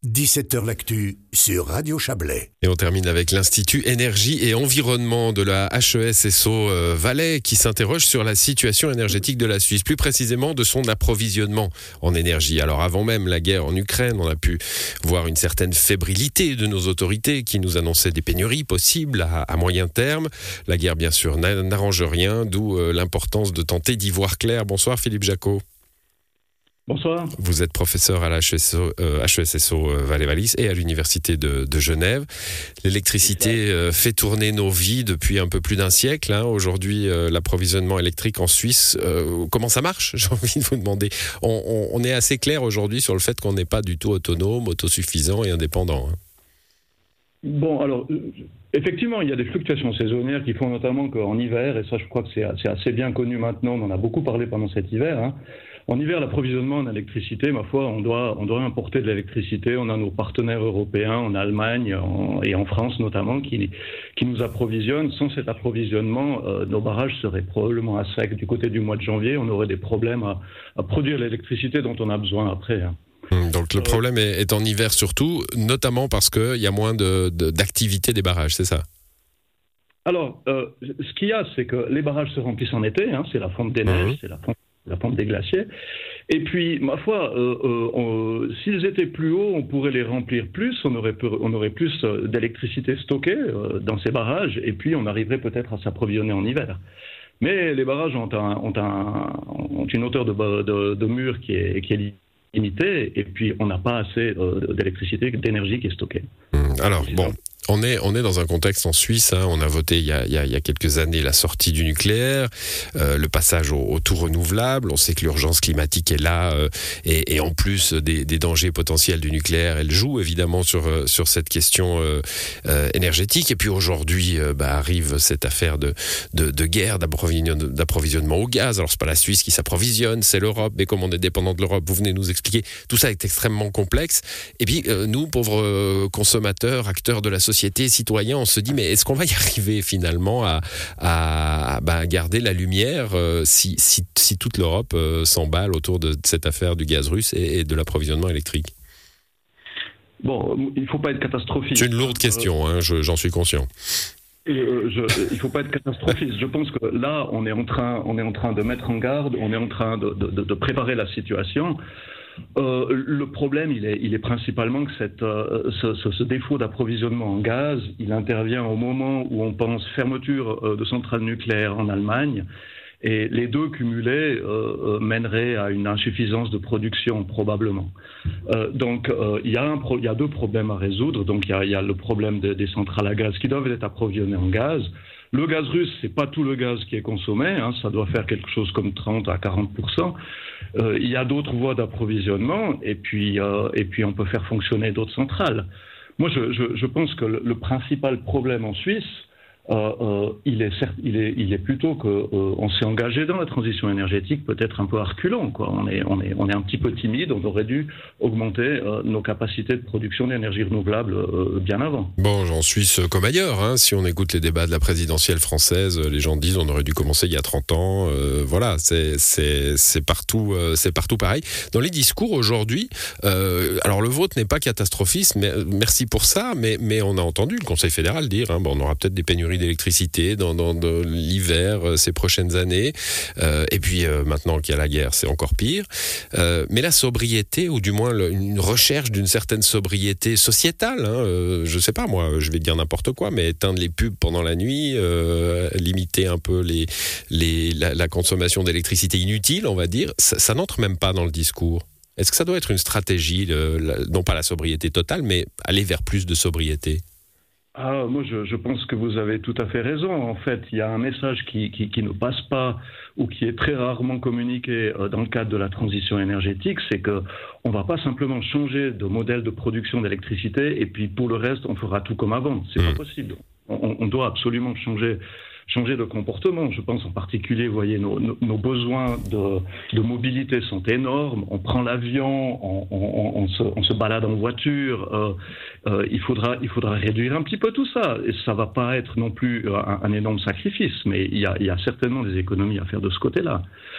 17h l'actu sur Radio Chablais. Et on termine avec l'Institut Énergie et Environnement de la HESSO Valais qui s'interroge sur la situation énergétique de la Suisse, plus précisément de son approvisionnement en énergie. Alors avant même la guerre en Ukraine, on a pu voir une certaine fébrilité de nos autorités qui nous annonçaient des pénuries possibles à moyen terme. La guerre bien sûr n'arrange rien, d'où l'importance de tenter d'y voir clair. Bonsoir Philippe Jacot. Bonsoir. Vous êtes professeur à la HESSO Valais-Wallis et à l'Université de Genève. L'électricité fait tourner nos vies depuis un peu plus d'un siècle. Aujourd'hui, l'approvisionnement électrique en Suisse, comment ça marche ? J'ai envie de vous demander. On est assez clair aujourd'hui sur le fait qu'on n'est pas du tout autonome, autosuffisant et indépendant. Bon, alors, effectivement, il y a des fluctuations saisonnières qui font notamment qu'en hiver, et ça je crois que c'est assez bien connu maintenant, on en a beaucoup parlé pendant cet hiver, En hiver, l'approvisionnement en électricité, ma foi, on doit importer de l'électricité. On a nos partenaires européens en Allemagne et en France notamment qui nous approvisionnent. Sans cet approvisionnement, nos barrages seraient probablement à sec. Du côté du mois de janvier, on aurait des problèmes à produire l'électricité dont on a besoin après. Donc le problème est en hiver surtout, notamment parce qu'il y a moins d'activité des barrages, c'est ça ? Alors, ce qu'il y a, c'est que les barrages se remplissent en été, c'est la fonte des neiges, c'est la fonte des glaciers. Et puis, ma foi, s'ils étaient plus hauts, on pourrait les remplir plus, on aurait plus d'électricité stockée dans ces barrages, et puis on arriverait peut-être à s'approvisionner en hiver. Mais les barrages ont une hauteur de mur qui est limitée, et puis on n'a pas assez d'électricité, d'énergie qui est stockée. Alors, bon... On est dans un contexte en Suisse, on a voté il y a quelques années la sortie du nucléaire, le passage au tout renouvelable. On sait que l'urgence climatique est là et en plus des dangers potentiels du nucléaire, elle joue évidemment sur cette question énergétique. Et puis aujourd'hui arrive cette affaire de guerre, d'approvisionnement au gaz. Alors c'est pas la Suisse qui s'approvisionne, c'est l'Europe, mais comme on est dépendant de l'Europe, vous venez nous expliquer, tout ça est extrêmement complexe. Et puis nous, pauvres consommateurs, acteurs de la société, citoyens, on se dit mais est-ce qu'on va y arriver finalement à garder la lumière si toute l'Europe s'emballe autour de cette affaire du gaz russe et de l'approvisionnement électrique ? Bon, il ne faut pas être catastrophiste. C'est une lourde question, j'en suis conscient. Il ne faut pas être catastrophiste. Je pense que là, on est en train de mettre en garde, on est en train de préparer la situation. Le problème, il est principalement que ce défaut d'approvisionnement en gaz, il intervient au moment où on pense fermeture de centrales nucléaires en Allemagne, et les deux cumulés mèneraient à une insuffisance de production probablement. Donc il y a deux problèmes à résoudre. Donc il y a le problème des centrales à gaz qui doivent être approvisionnées en gaz. Le gaz russe, c'est pas tout le gaz qui est consommé, ça doit faire quelque chose comme 30 à 40%. Il y a d'autres voies d'approvisionnement et puis on peut faire fonctionner d'autres centrales. Moi, je pense que le principal problème en Suisse, il est plutôt qu'on s'est engagé dans la transition énergétique peut-être un peu à reculons, quoi. On est un petit peu timide, on aurait dû augmenter nos capacités de production d'énergie renouvelable bien avant. Bon, en Suisse comme ailleurs, si on écoute les débats de la présidentielle française, les gens disent on aurait dû commencer il y a 30 ans, voilà, c'est partout pareil. Dans les discours aujourd'hui, alors le vôtre n'est pas catastrophiste, mais merci pour ça, mais on a entendu le Conseil fédéral dire, on aura peut-être des pénuries d'électricité dans l'hiver ces prochaines années, et puis maintenant qu'il y a la guerre, c'est encore pire. Mais la sobriété, ou du moins une recherche d'une certaine sobriété sociétale, je sais pas moi, je vais dire n'importe quoi, mais éteindre les pubs pendant la nuit, limiter un peu la consommation d'électricité inutile, on va dire, ça n'entre même pas dans le discours. Est-ce que ça doit être une stratégie, non pas la sobriété totale, mais aller vers plus de sobriété ? Moi, je pense que vous avez tout à fait raison. En fait, il y a un message qui ne passe pas ou qui est très rarement communiqué dans le cadre de la transition énergétique, c'est qu'on ne va pas simplement changer de modèle de production d'électricité et puis pour le reste, on fera tout comme avant. C'est pas possible. On doit absolument changer de comportement. Je pense en particulier, vous voyez, nos besoins de mobilité sont énormes. On prend l'avion, on se balade en voiture. Il faudra réduire un petit peu tout ça. Et ça va pas être non plus un énorme sacrifice, mais il y a certainement des économies à faire de ce côté-là.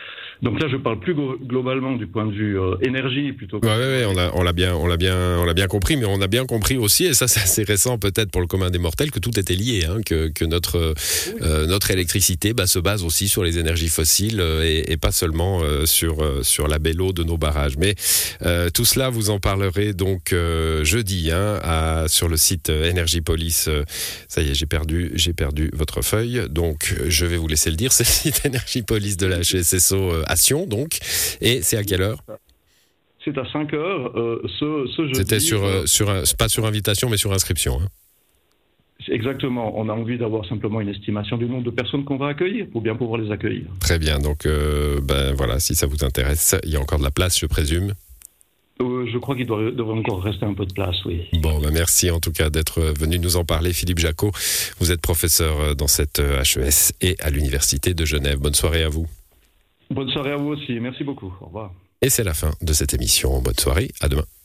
Donc là, je parle plus globalement du point de vue énergie plutôt que... Ouais, on l'a bien compris, mais on a bien compris aussi, et ça c'est assez récent peut-être pour le commun des mortels, que tout était lié, hein, que notre électricité se base aussi sur les énergies fossiles et pas seulement sur la belle eau de nos barrages. Mais tout cela, vous en parlerez donc jeudi sur le site Énergie-Police. Ça y est, j'ai perdu votre feuille, donc je vais vous laisser le dire. C'est le site Énergie-Police de la HSSO à Sion, donc. Et c'est à quelle heure ? C'est à 5 heures. Ce jeudi. C'était pas sur invitation, mais sur inscription. Hein. Exactement. On a envie d'avoir simplement une estimation du nombre de personnes qu'on va accueillir pour bien pouvoir les accueillir. Très bien. Donc, voilà, si ça vous intéresse, il y a encore de la place, je présume. Je crois qu'il devrait encore rester un peu de place, oui. Bon, merci en tout cas d'être venu nous en parler. Philippe Jacot, vous êtes professeur dans cette HES et à l'Université de Genève. Bonne soirée à vous. Bonne soirée à vous aussi. Merci beaucoup. Au revoir. Et c'est la fin de cette émission. Bonne soirée. À demain.